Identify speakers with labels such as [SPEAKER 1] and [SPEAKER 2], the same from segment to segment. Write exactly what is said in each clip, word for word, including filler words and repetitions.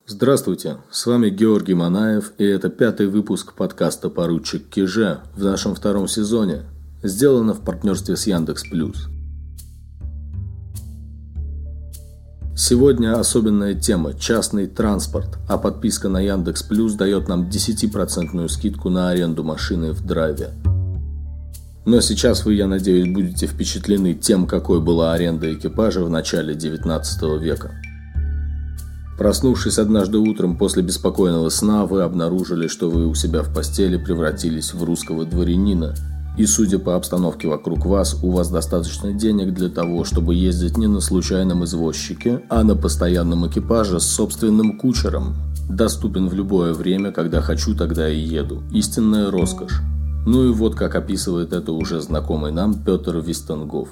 [SPEAKER 1] Здравствуйте, с вами Георгий Манаев, и это пятый выпуск подкаста «Поручик Киже» в нашем втором сезоне, сделано в партнерстве с Яндекс.Плюс. Сегодня особенная тема – частный транспорт, а подписка на Яндекс.Плюс дает нам десятипроцентную скидку на аренду машины в драйве. Но сейчас вы, я надеюсь, будете впечатлены тем, какой была аренда экипажа в начале девятнадцатого века. Проснувшись однажды утром после беспокойного сна, вы обнаружили, что вы у себя в постели превратились в русского дворянина. И, судя по обстановке вокруг вас, у вас достаточно денег для того, чтобы ездить не на случайном извозчике, а на постоянном экипаже с собственным кучером. Доступен в любое время, когда хочу, тогда и еду. Истинная роскошь. Ну и вот как описывает это уже знакомый нам Петр Вестенгоф.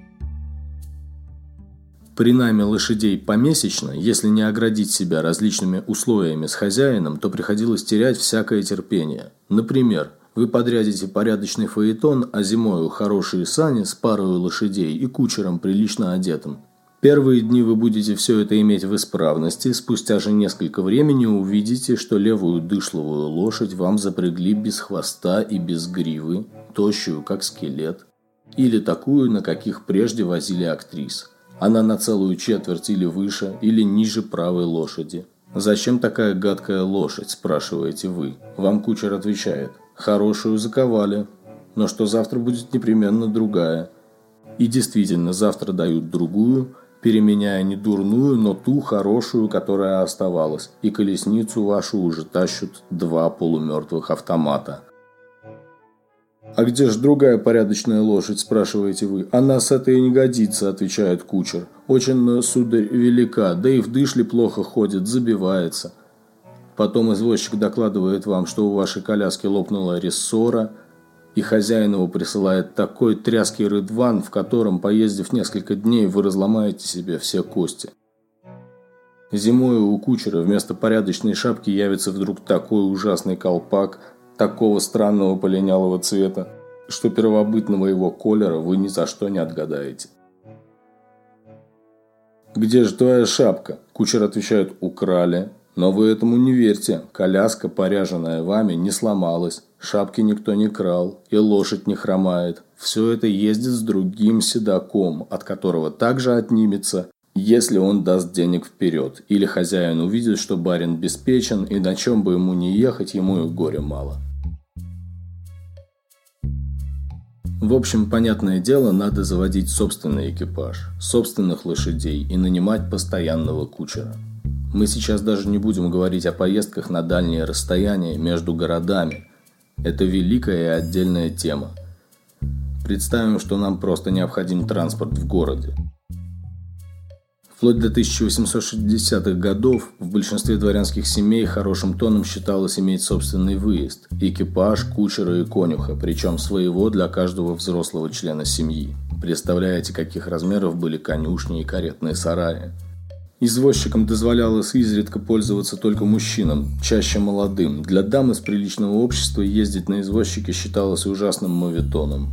[SPEAKER 1] При найме лошадей помесячно, если не оградить себя различными условиями с хозяином, то приходилось терять всякое терпение. Например, вы подрядите порядочный фаэтон, а зимою хорошие сани с парой лошадей и кучером прилично одетым. Первые дни вы будете все это иметь в исправности, спустя же несколько времени увидите, что левую дышловую лошадь вам запрягли без хвоста и без гривы, тощую как скелет, или такую, на каких прежде возили актрис. Она на целую четверть или выше, или ниже правой лошади. «Зачем такая гадкая лошадь?» – спрашиваете вы. Вам кучер отвечает: «Хорошую заковали, но что завтра будет непременно другая». И действительно, завтра дают другую, переменяя не дурную, но ту хорошую, которая оставалась, и колесницу вашу уже тащут два полумертвых автомата. «А где же другая порядочная лошадь?» – спрашиваете вы. «Она с этой не годится», – отвечает кучер. «Очень, сударь, велика, да и в дышле плохо ходит, забивается». Потом извозчик докладывает вам, что у вашей коляски лопнула рессора, и хозяин его присылает такой тряский рыдван, в котором, поездив несколько дней, вы разломаете себе все кости. Зимою у кучера вместо порядочной шапки явится вдруг такой ужасный колпак, такого странного полинялого цвета, что первобытного его колера вы ни за что не отгадаете. «Где же твоя шапка?» Кучер отвечает: «Украли». Но вы этому не верьте. Коляска, поряженная вами, не сломалась, шапки никто не крал, и лошадь не хромает. Все это ездит с другим седаком, от которого также отнимется, если он даст денег вперед, или хозяин увидит, что барин обеспечен, и на чем бы ему не ехать, ему и горя мало. В общем, понятное дело, надо заводить собственный экипаж, собственных лошадей и нанимать постоянного кучера. Мы сейчас даже не будем говорить о поездках на дальние расстояния между городами. Это великая и отдельная тема. Представим, что нам просто необходим транспорт в городе. Вплоть до тысяча восемьсот шестидесятых годов в большинстве дворянских семей хорошим тоном считалось иметь собственный выезд, экипаж, кучера и конюха, причем своего для каждого взрослого члена семьи. Представляете, каких размеров были конюшни и каретные сараи? Извозчикам дозволялось изредка пользоваться только мужчинам, чаще молодым. Для дам из приличного общества ездить на извозчике считалось ужасным моветоном.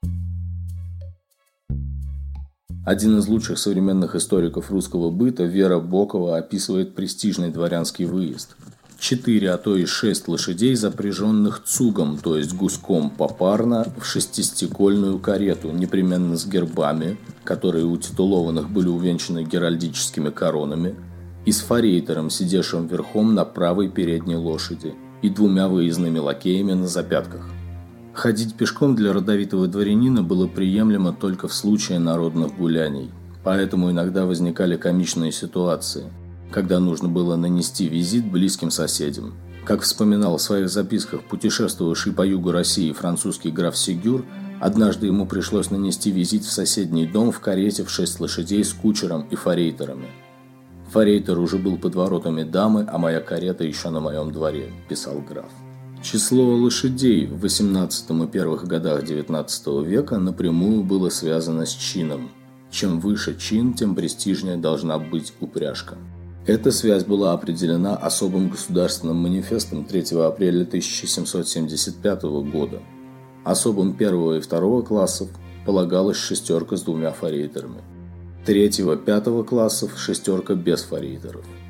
[SPEAKER 1] Один из лучших современных историков русского быта, Вера Бокова, описывает престижный дворянский выезд. Четыре, а то и шесть лошадей, запряженных цугом, то есть гуськом попарно, в шестистекольную карету, непременно с гербами, которые у титулованных были увенчаны геральдическими коронами, и с форейтером, сидевшим верхом на правой передней лошади, и двумя выездными лакеями на запятках. Ходить пешком для родовитого дворянина было приемлемо только в случае народных гуляний, поэтому иногда возникали комичные ситуации, когда нужно было нанести визит близким соседям. Как вспоминал в своих записках путешествовавший по югу России французский граф Сигюр, однажды ему пришлось нанести визит в соседний дом в карете в шесть лошадей с кучером и форейтерами. «Форейтер уже был под воротами дамы, а моя карета еще на моем дворе», – писал граф. Число лошадей в восемнадцатом и первых годах девятнадцатого века напрямую было связано с чином. Чем выше чин, тем престижнее должна быть упряжка. Эта связь была определена особым государственным манифестом третьего апреля тысяча семьсот семьдесят пятого года. Особым первого и второго классов полагалась шестерка с двумя форейтерами. Третьего-пятого классов шестерка без форейтеров.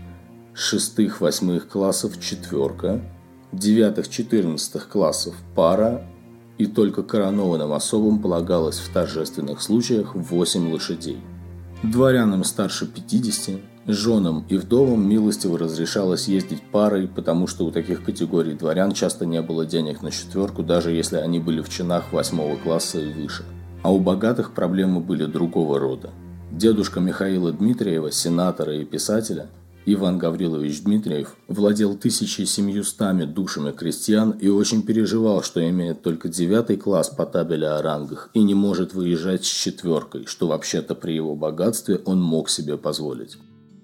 [SPEAKER 1] шестых-восьмых классов четверка, девятых-четырнадцатых классов пара, и только коронованным особам полагалось в торжественных случаях восемь лошадей. Дворянам старше пятидесяти, женам и вдовам милостиво разрешалось ездить парой, потому что у таких категорий дворян часто не было денег на четверку, даже если они были в чинах восьмого класса и выше. А у богатых проблемы были другого рода. Дедушка Михаила Дмитриева, сенатора и писателя, Иван Гаврилович Дмитриев, владел тысячей семьюстами душами крестьян и очень переживал, что имеет только девятый класс по табели о рангах и не может выезжать с четверкой, что вообще-то при его богатстве он мог себе позволить.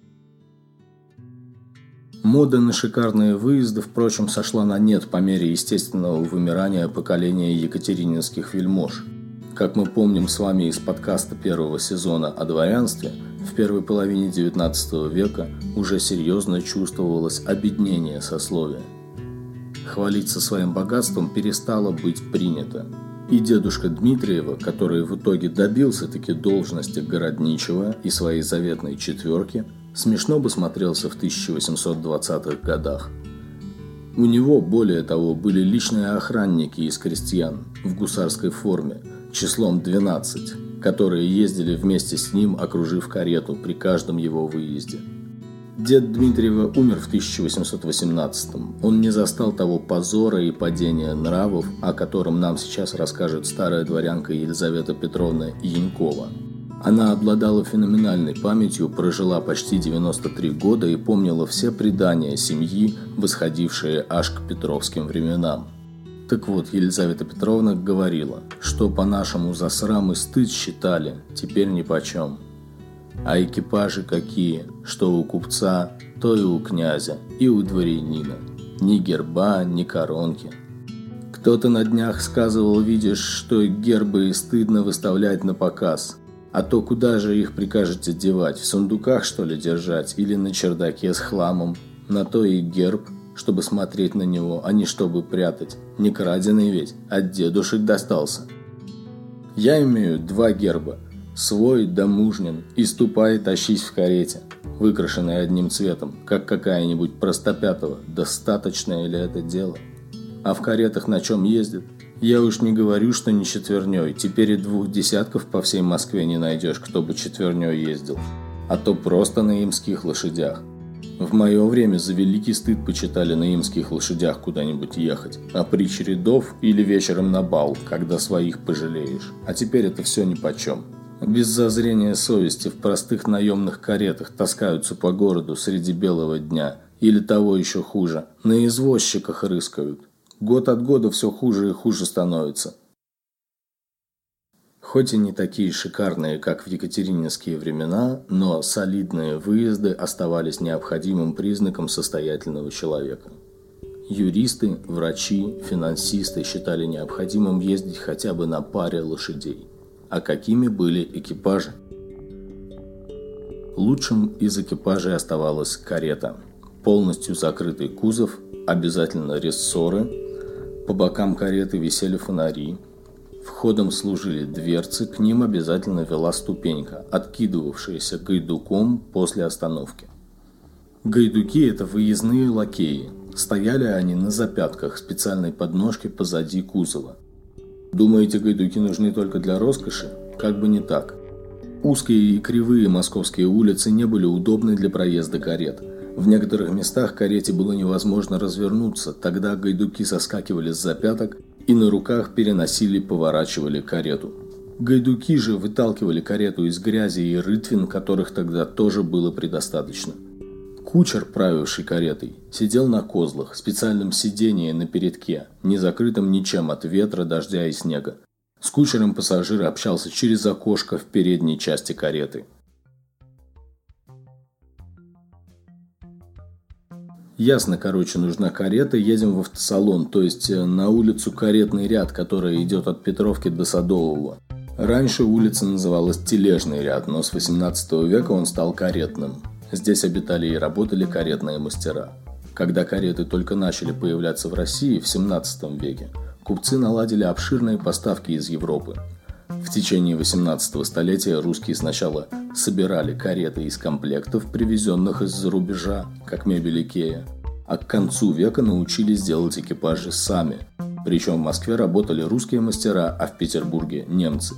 [SPEAKER 1] Мода на шикарные выезды, впрочем, сошла на нет по мере естественного вымирания поколения екатерининских вельмож. Как мы помним с вами из подкаста первого сезона о дворянстве, в первой половине девятнадцатого века уже серьезно чувствовалось обеднение сословия. Хвалиться своим богатством перестало быть принято. И дедушка Дмитриева, который в итоге добился-таки должности городничего и своей заветной четверки, смешно бы смотрелся в тысяча восемьсот двадцатых годах. У него, более того, были личные охранники из крестьян в гусарской форме, числом двенадцать, которые ездили вместе с ним, окружив карету при каждом его выезде. Дед Дмитриева умер в тысяча восемьсот восемнадцатом. Он не застал того позора и падения нравов, о котором нам сейчас расскажет старая дворянка Елизавета Петровна Янькова. Она обладала феноменальной памятью, прожила почти девяносто три года и помнила все предания семьи, восходившие аж к петровским временам. Так вот, Елизавета Петровна говорила, что по-нашему за срам и стыд считали, теперь нипочем. А экипажи какие, что у купца, то и у князя, и у дворянина. Ни герба, ни коронки. Кто-то на днях сказывал, видишь, что гербы стыдно выставлять на показ. А то куда же их прикажете девать, в сундуках что ли держать или на чердаке с хламом? На то и герб, чтобы смотреть на него, а не чтобы прятать. Не краденый ведь, от дедушек достался. Я имею два герба. Свой да мужнин, и ступай тащись в карете, выкрашенной одним цветом, как какая-нибудь простопятого. Достаточное ли это дело? А в каретах на чем ездят? Я уж не говорю, что не четверней, теперь и двух десятков по всей Москве не найдешь, кто бы четверней ездил, а то просто на имских лошадях. В мое время за великий стыд почитали на имских лошадях куда-нибудь ехать, а при чередов или вечером на бал, когда своих пожалеешь. А теперь это все нипочем. Без зазрения совести в простых наемных каретах таскаются по городу среди белого дня, или того еще хуже, на извозчиках рыскают. Год от года все хуже и хуже становится. Хоть и не такие шикарные, как в екатерининские времена, но солидные выезды оставались необходимым признаком состоятельного человека. Юристы, врачи, финансисты считали необходимым ездить хотя бы на паре лошадей. А какими были экипажи? Лучшим из экипажей оставалась карета. Полностью закрытый кузов, обязательно рессоры, по бокам кареты висели фонари, входом служили дверцы, к ним обязательно вела ступенька, откидывавшаяся гайдуком после остановки. Гайдуки – это выездные лакеи. Стояли они на запятках специальной подножки позади кузова. Думаете, гайдуки нужны только для роскоши? Как бы не так. Узкие и кривые московские улицы не были удобны для проезда карет. В некоторых местах карете было невозможно развернуться, тогда гайдуки соскакивали с запяток и на руках переносили, поворачивали карету. Гайдуки же выталкивали карету из грязи и рытвин, которых тогда тоже было предостаточно. Кучер, правивший каретой, сидел на козлах, специальном сидении на передке, не закрытом ничем от ветра, дождя и снега. С кучером пассажир общался через окошко в передней части кареты. Ясно, короче, нужна карета, едем в автосалон, то есть на улицу Каретный ряд, которая идет от Петровки до Садового. Раньше улица называлась Тележный ряд, но с восемнадцатого века он стал каретным. Здесь обитали и работали каретные мастера. Когда кареты только начали появляться в России в семнадцатом веке, купцы наладили обширные поставки из Европы. В течение восемнадцатого столетия русские сначала собирали кареты из комплектов, привезенных из-за рубежа, как мебель Икея, а к концу века научились делать экипажи сами. Причем в Москве работали русские мастера, а в Петербурге – немцы.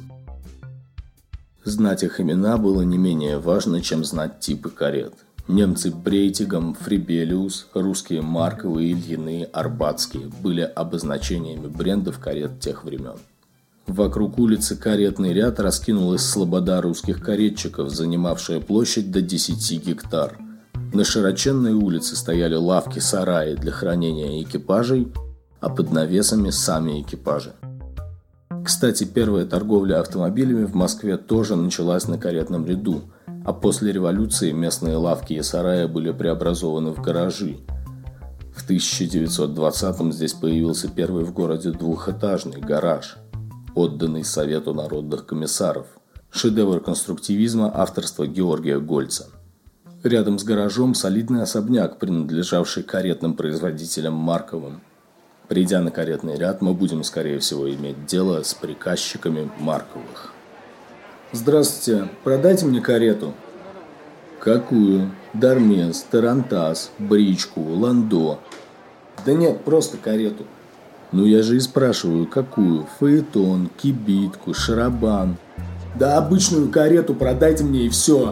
[SPEAKER 1] Знать их имена было не менее важно, чем знать типы карет. Немцы Брейтигам, Фрибелиус, русские Марковы, Ильины, Арбатские были обозначениями брендов карет тех времен. Вокруг улицы Каретный ряд раскинулась слобода русских каретчиков, занимавшая площадь до десяти гектар. На широченной улице стояли лавки-сараи для хранения экипажей, а под навесами сами экипажи. Кстати, первая торговля автомобилями в Москве тоже началась на Каретном ряду, а после революции местные лавки и сараи были преобразованы в гаражи. В тысяча девятьсот двадцатом здесь появился первый в городе двухэтажный гараж, отданный Совету народных комиссаров. Шедевр конструктивизма авторства Георгия Гольца. Рядом с гаражом солидный особняк, принадлежавший каретным производителям Марковым. Придя на Каретный ряд, мы будем, скорее всего, иметь дело с приказчиками Марковых. «Здравствуйте, продайте мне карету». «Какую? Дармес, Тарантас, бричку, ландо?» «Да нет, просто карету». «Ну я же и спрашиваю, какую? Фаэтон, кибитку, шарабан?» «Да обычную карету продайте мне и все».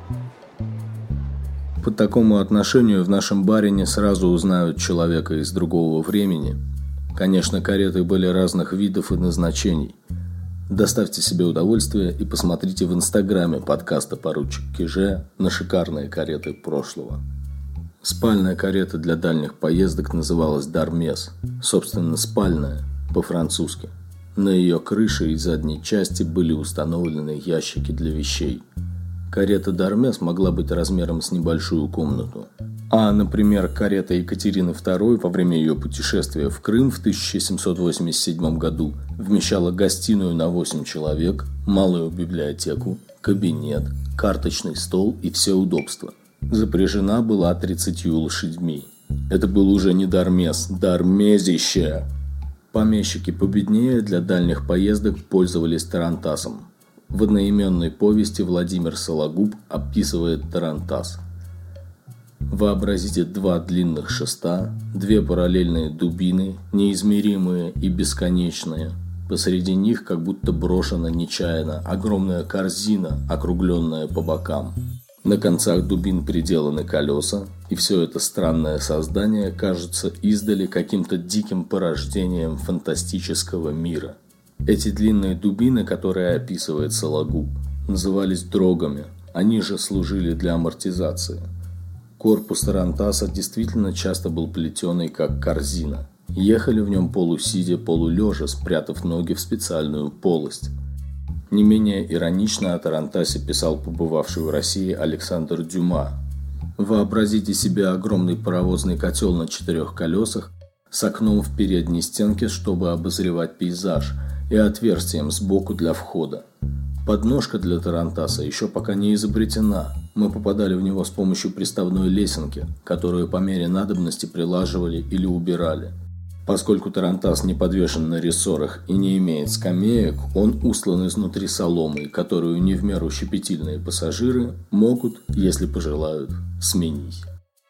[SPEAKER 1] По такому отношению в нашем баре не сразу узнают человека из другого времени. Конечно, кареты были разных видов и назначений. Доставьте себе удовольствие и посмотрите в инстаграме подкаста «Поручик Киже» на шикарные кареты прошлого. Спальная карета для дальних поездок называлась «Дармес», собственно, спальная, по-французски. На ее крыше и задней части были установлены ящики для вещей. Карета Дармес могла быть размером с небольшую комнату. А, например, карета Екатерины второй во время ее путешествия в Крым в тысяча семьсот восемьдесят седьмом году вмещала гостиную на восемь человек, малую библиотеку, кабинет, карточный стол и все удобства. Запряжена была тридцатью лошадьми. Это был уже не Дармес, Дармезище. Помещики победнее для дальних поездок пользовались тарантасом. В одноименной повести Владимир Сологуб описывает тарантас. Вообразите два длинных шеста, две параллельные дубины, неизмеримые и бесконечные. Посреди них как будто брошена нечаянно огромная корзина, округленная по бокам. На концах дубин приделаны колеса, и все это странное создание кажется издали каким-то диким порождением фантастического мира. Эти длинные дубины, которые описывает Сологуб, назывались дрогами, они же служили для амортизации. Корпус тарантаса действительно часто был плетеный, как корзина. Ехали в нем полусидя, полулежа, спрятав ноги в специальную полость. Не менее иронично о тарантасе писал побывавший в России Александр Дюма. Вообразите себе огромный паровозный котел на четырех колесах с окном в передней стенке, чтобы обозревать пейзаж, и отверстием сбоку для входа. Подножка для тарантаса еще пока не изобретена. Мы попадали в него с помощью приставной лесенки, которую по мере надобности прилаживали или убирали. Поскольку тарантас не подвешен на рессорах и не имеет скамеек, он устлан изнутри соломой, которую не в меру щепетильные пассажиры могут, если пожелают, сменить.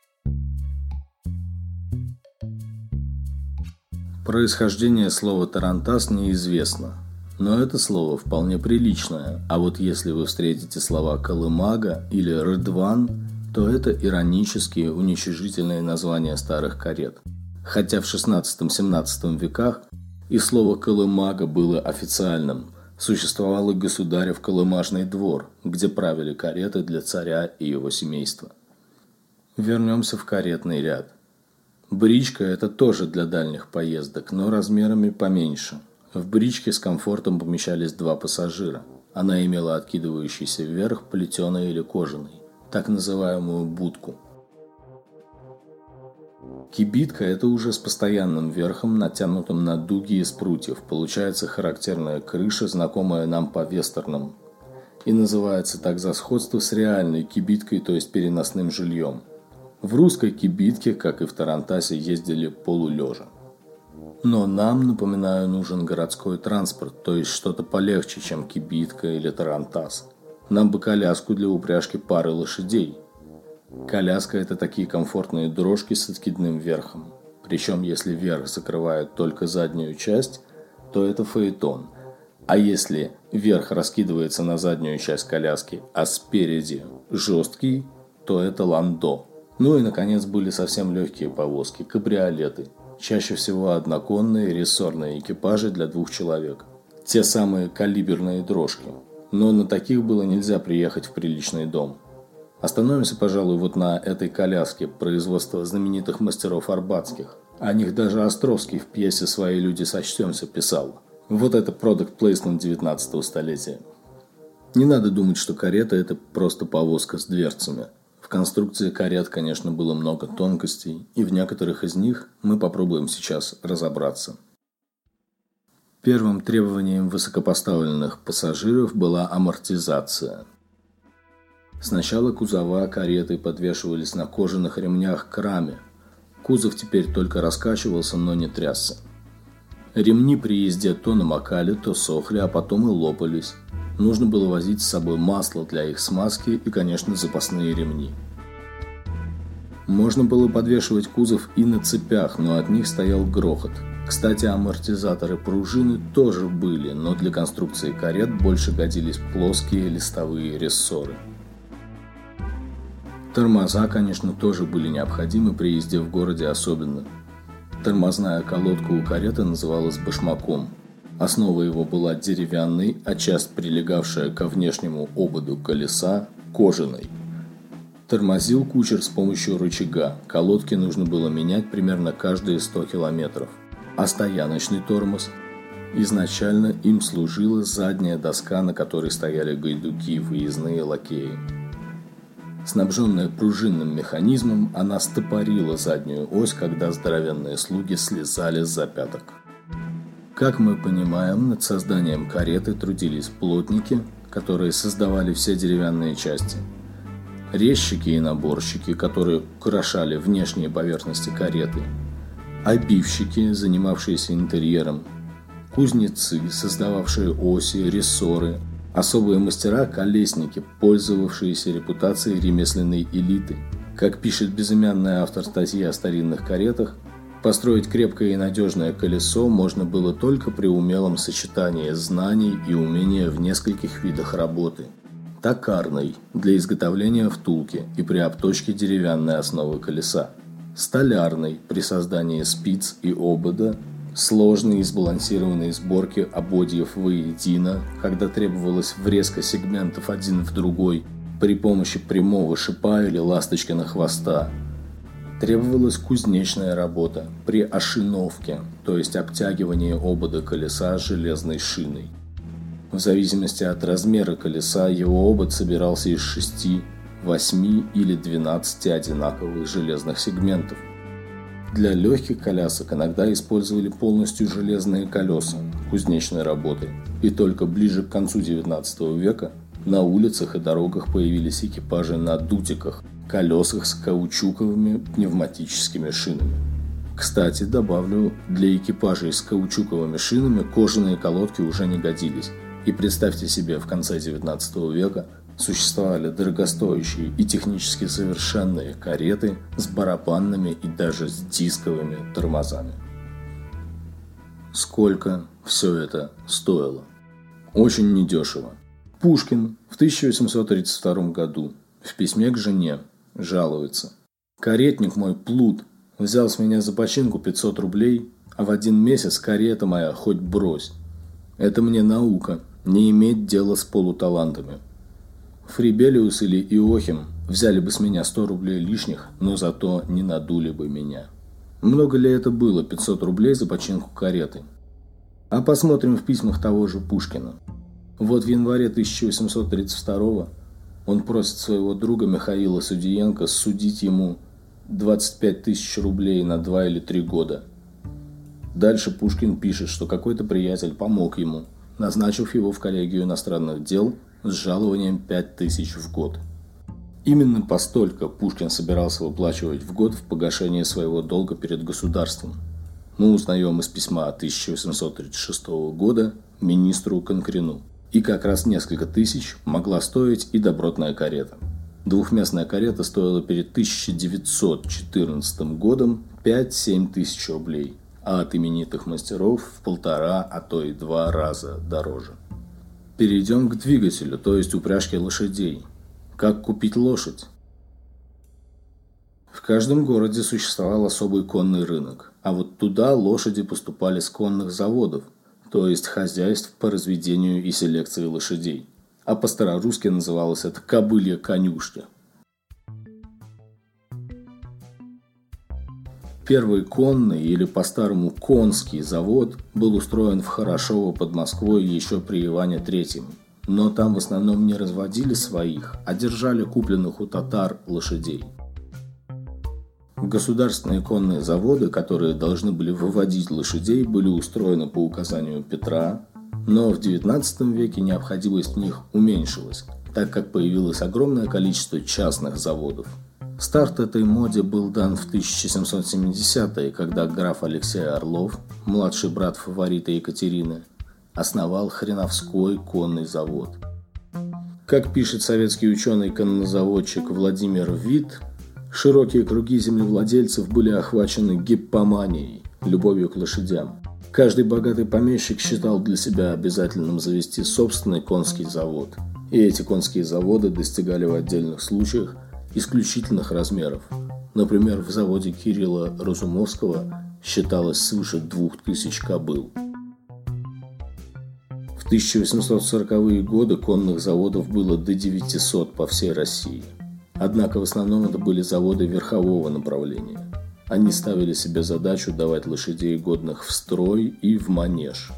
[SPEAKER 1] Происхождение слова «тарантас» неизвестно, но это слово вполне приличное, а вот если вы встретите слова «колымага» или «рыдван», то это иронические уничижительные названия старых карет. Хотя в шестнадцатом-семнадцатом веках и слово «колымага» было официальным, существовал и государев колымажный двор, где правили кареты для царя и его семейства. Вернемся в Каретный ряд. Бричка – это тоже для дальних поездок, но размерами поменьше. В бричке с комфортом помещались два пассажира. Она имела откидывающийся вверх плетеный или кожаный, так называемую будку. Кибитка – это уже с постоянным верхом, натянутым на дуги из прутьев. Получается характерная крыша, знакомая нам по вестернам. И называется так за сходство с реальной кибиткой, то есть переносным жильем. В русской кибитке, как и в тарантасе, ездили полулежа. Но нам, напоминаю, нужен городской транспорт, то есть что-то полегче, чем кибитка или тарантас. Нам бы коляску для упряжки пары лошадей. Коляска – это такие комфортные дрожки с откидным верхом. Причем, если верх закрывает только заднюю часть, то это фаэтон. А если верх раскидывается на заднюю часть коляски, а спереди жесткий, то это ландо. Ну и, наконец, были совсем легкие повозки – кабриолеты. Чаще всего одноконные рессорные экипажи для двух человек. Те самые калиберные дрожки. Но на таких было нельзя приехать в приличный дом. Остановимся, пожалуй, вот на этой коляске производства знаменитых мастеров арбатских. О них даже Островский в пьесе «Свои люди сочтемся» писал. Вот это product placement девятнадцатого столетия. Не надо думать, что карета – это просто повозка с дверцами. В конструкции карет, конечно, было много тонкостей, и в некоторых из них мы попробуем сейчас разобраться. Первым требованием высокопоставленных пассажиров была амортизация. Сначала кузова кареты подвешивались на кожаных ремнях к раме. Кузов теперь только раскачивался, но не трясся. Ремни при езде то намокали, то сохли, а потом и лопались. Нужно было возить с собой масло для их смазки и, конечно, запасные ремни. Можно было подвешивать кузов и на цепях, но от них стоял грохот. Кстати, амортизаторы пружины тоже были, но для конструкции карет больше годились плоские листовые рессоры. Тормоза, конечно, тоже были необходимы при езде в городе особенно. Тормозная колодка у кареты называлась башмаком. Основа его была деревянной, а часть, прилегавшая ко внешнему ободу колеса, кожаной. Тормозил кучер с помощью рычага. Колодки нужно было менять примерно каждые сто километров. А стояночный тормоз? Изначально им служила задняя доска, на которой стояли гайдуки, выездные лакеи. Снабженная пружинным механизмом, она стопорила заднюю ось, когда здоровенные слуги слезали с запяток. Как мы понимаем, над созданием кареты трудились плотники, которые создавали все деревянные части, резчики и наборщики, которые украшали внешние поверхности кареты, обивщики, занимавшиеся интерьером, кузнецы, создававшие оси, рессоры, особые мастера – колесники, пользовавшиеся репутацией ремесленной элиты. Как пишет безымянный автор статьи о старинных каретах, построить крепкое и надежное колесо можно было только при умелом сочетании знаний и умения в нескольких видах работы. Токарной – для изготовления втулки и при обточке деревянной основы колеса. Столярной – при создании спиц и обода. Сложные и сбалансированные сборки ободьев воедино, когда требовалась врезка сегментов один в другой при помощи прямого шипа или ласточкина хвоста. Требовалась кузнечная работа при ошиновке, то есть обтягивании обода колеса железной шиной. В зависимости от размера колеса его обод собирался из шести, восьми или двенадцати одинаковых железных сегментов. Для легких колясок иногда использовали полностью железные колеса кузнечной работы, и только ближе к концу девятнадцатого века на улицах и дорогах появились экипажи на дутиках, колесах с каучуковыми пневматическими шинами. Кстати, добавлю, для экипажей с каучуковыми шинами кожаные колодки уже не годились, и представьте себе, в конце девятнадцатого века существовали дорогостоящие и технически совершенные кареты с барабанными и даже с дисковыми тормозами. Сколько все это стоило? Очень недешево. Пушкин в тысяча восемьсот тридцать втором году в письме к жене жалуется: «Каретник мой плут, взял с меня за починку пятьсот рублей, а в один месяц карета моя хоть брось. Это мне наука, не иметь дела с полуталантами. Фрибелиус или Иохим взяли бы с меня сто рублей лишних, но зато не надули бы меня». Много ли это было, пятьсот рублей за починку кареты? А посмотрим в письмах того же Пушкина. Вот в январе тысяча восемьсот тридцать второго он просит своего друга Михаила Судиенко судить ему двадцать пять тысяч рублей на два или три года. Дальше Пушкин пишет, что какой-то приятель помог ему, назначив его в коллегию иностранных дел с жалованием пять тысяч в год. Именно постолько Пушкин собирался выплачивать в год в погашение своего долга перед государством. Мы узнаем из письма тысяча восемьсот тридцать шестого года министру Конкрину. И как раз несколько тысяч могла стоить и добротная карета. Двухместная карета стоила перед тысяча девятьсот четырнадцатым годом пять-семь тысяч рублей, а от именитых мастеров в полтора, а то и два раза дороже. Перейдем к двигателю, то есть упряжке лошадей. Как купить лошадь? В каждом городе существовал особый конный рынок, а вот туда лошади поступали с конных заводов, то есть хозяйств по разведению и селекции лошадей. А по-старорусски называлось это кобылья конюшня. Первый конный, или по-старому конский завод, был устроен в Хорошово под Москвой еще при Иване Третьем. Но там в основном не разводили своих, а держали купленных у татар лошадей. Государственные конные заводы, которые должны были выводить лошадей, были устроены по указанию Петра, но в девятнадцатом веке необходимость в них уменьшилась, так как появилось огромное количество частных заводов. Старт этой моде был дан в тысяча семьсот семидесятые, когда граф Алексей Орлов, младший брат фаворита Екатерины, основал Хреновской конный завод. Как пишет советский ученый-коннозаводчик Владимир Вит, широкие круги землевладельцев были охвачены гиппоманией, любовью к лошадям. Каждый богатый помещик считал для себя обязательным завести собственный конский завод. И эти конские заводы достигали в отдельных случаях исключительных размеров. Например, в заводе Кирилла Разумовского считалось свыше двух тысяч кобыл. В тысяча восемьсот сороковые годы конных заводов было до девятисот по всей России. Однако в основном это были заводы верхового направления. Они ставили себе задачу давать лошадей, годных в строй и в манеж.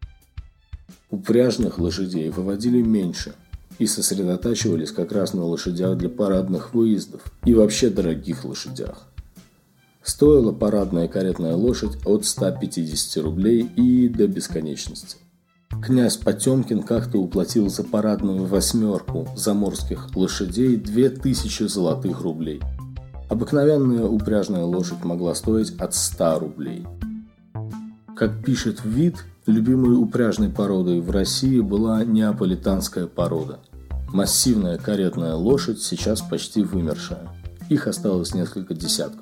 [SPEAKER 1] Упряжных лошадей выводили меньше и сосредотачивались как раз на лошадях для парадных выездов и вообще дорогих лошадях. Стоила парадная каретная лошадь от ста пятидесяти рублей и до бесконечности. Князь Потемкин как-то уплатил за парадную восьмерку заморских лошадей две тысячи золотых рублей. Обыкновенная упряжная лошадь могла стоить от ста рублей. Как пишет Вит, любимой упряжной породой в России была неаполитанская порода. Массивная каретная лошадь сейчас почти вымершая. Их осталось несколько десятков.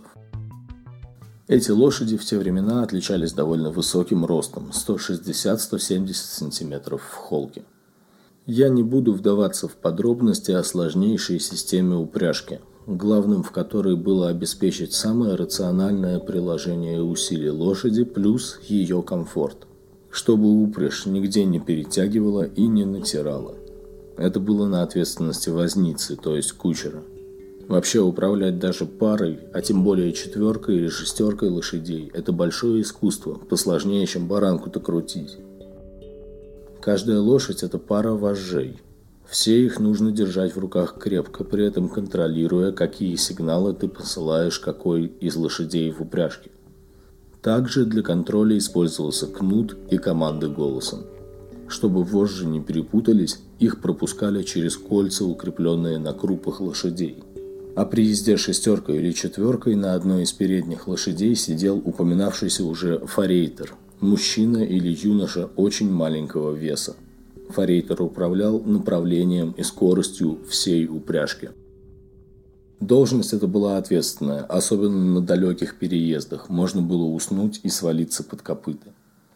[SPEAKER 1] Эти лошади в те времена отличались довольно высоким ростом – сто шестьдесят - сто семьдесят сантиметров в холке. Я не буду вдаваться в подробности о сложнейшей системе упряжки, главным в которой было обеспечить самое рациональное приложение усилий лошади плюс ее комфорт, чтобы упряжь нигде не перетягивала и не натирала. Это было на ответственности возницы, то есть кучера. Вообще управлять даже парой, а тем более четверкой или шестеркой лошадей – это большое искусство, посложнее, чем баранку-то крутить. Каждая лошадь – это пара вожжей. Все их нужно держать в руках крепко, при этом контролируя, какие сигналы ты посылаешь какой из лошадей в упряжке. Также для контроля использовался кнут и команды голосом. Чтобы вожжи не перепутались, их пропускали через кольца, укрепленные на крупах лошадей. А при езде шестеркой или четверкой на одной из передних лошадей сидел упоминавшийся уже форейтер – мужчина или юноша очень маленького веса. Форейтер управлял направлением и скоростью всей упряжки. Должность эта была ответственная, особенно на далеких переездах, можно было уснуть и свалиться под копыта.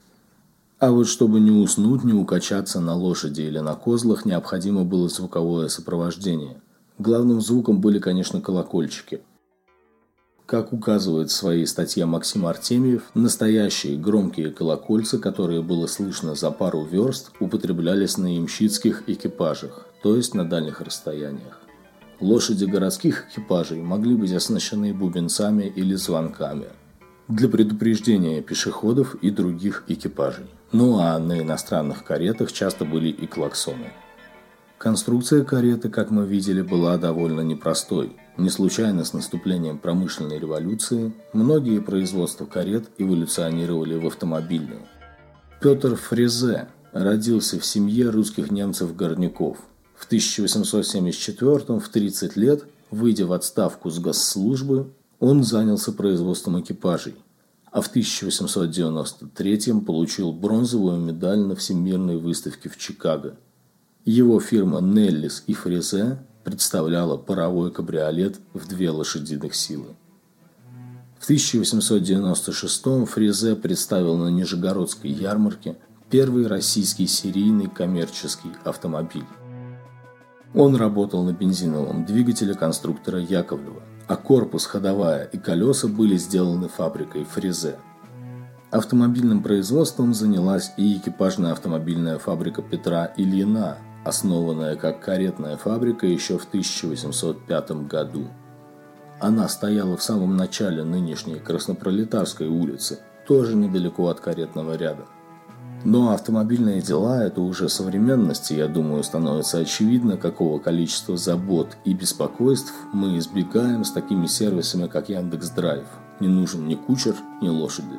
[SPEAKER 1] А вот чтобы не уснуть, не укачаться на лошади или на козлах, необходимо было звуковое сопровождение. Главным звуком были, конечно, колокольчики. Как указывает в своей статье Максим Артемьев, настоящие громкие колокольцы, которые было слышно за пару верст, употреблялись на ямщицких экипажах, то есть на дальних расстояниях. Лошади городских экипажей могли быть оснащены бубенцами или звонками для предупреждения пешеходов и других экипажей. Ну а на иностранных каретах часто были и клаксоны. Конструкция кареты, как мы видели, была довольно непростой. Не случайно с наступлением промышленной революции многие производства карет эволюционировали в автомобильные. Петр Фрезе родился в семье русских немцев-горняков. В тысяча восемьсот семьдесят четвёртом, в тридцать лет, выйдя в отставку с госслужбы, он занялся производством экипажей, а в тысяча восемьсот девяносто третьем получил бронзовую медаль на Всемирной выставке в Чикаго. Его фирма Неллис и Фрезе представляла паровой кабриолет в две лошадиных силы. В тысяча восемьсот девяносто шестом Фрезе представил на Нижегородской ярмарке первый российский серийный коммерческий автомобиль. Он работал на бензиновом двигателе конструктора Яковлева, а корпус, ходовая и колеса были сделаны фабрикой Фрезе. Автомобильным производством занялась и экипажная автомобильная фабрика Петра Ильина, основанная как каретная фабрика еще в тысяча восемьсот пятом году. Она стояла в самом начале нынешней Краснопролетарской улицы, тоже недалеко от каретного ряда. Но автомобильные дела – это уже современность, и, я думаю, становится очевидно, какого количества забот и беспокойств мы избегаем с такими сервисами, как Яндекс.Драйв. Не нужен ни кучер, ни лошади.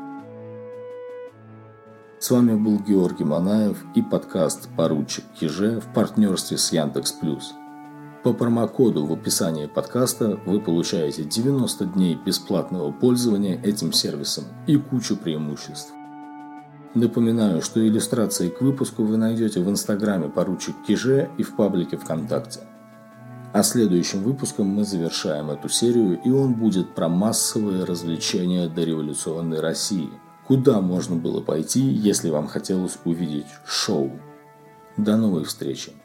[SPEAKER 1] С вами был Георгий Манаев и подкаст «Поручик Киже» в партнерстве с Яндекс.Плюс. По промокоду в описании подкаста вы получаете девяносто дней бесплатного пользования этим сервисом и кучу преимуществ. Напоминаю, что иллюстрации к выпуску вы найдете в инстаграме «Поручик Киже» и в паблике ВКонтакте. А следующим выпуском мы завершаем эту серию, и он будет про массовые развлечения дореволюционной России. Куда можно было пойти, если вам хотелось увидеть шоу? До новой встречи!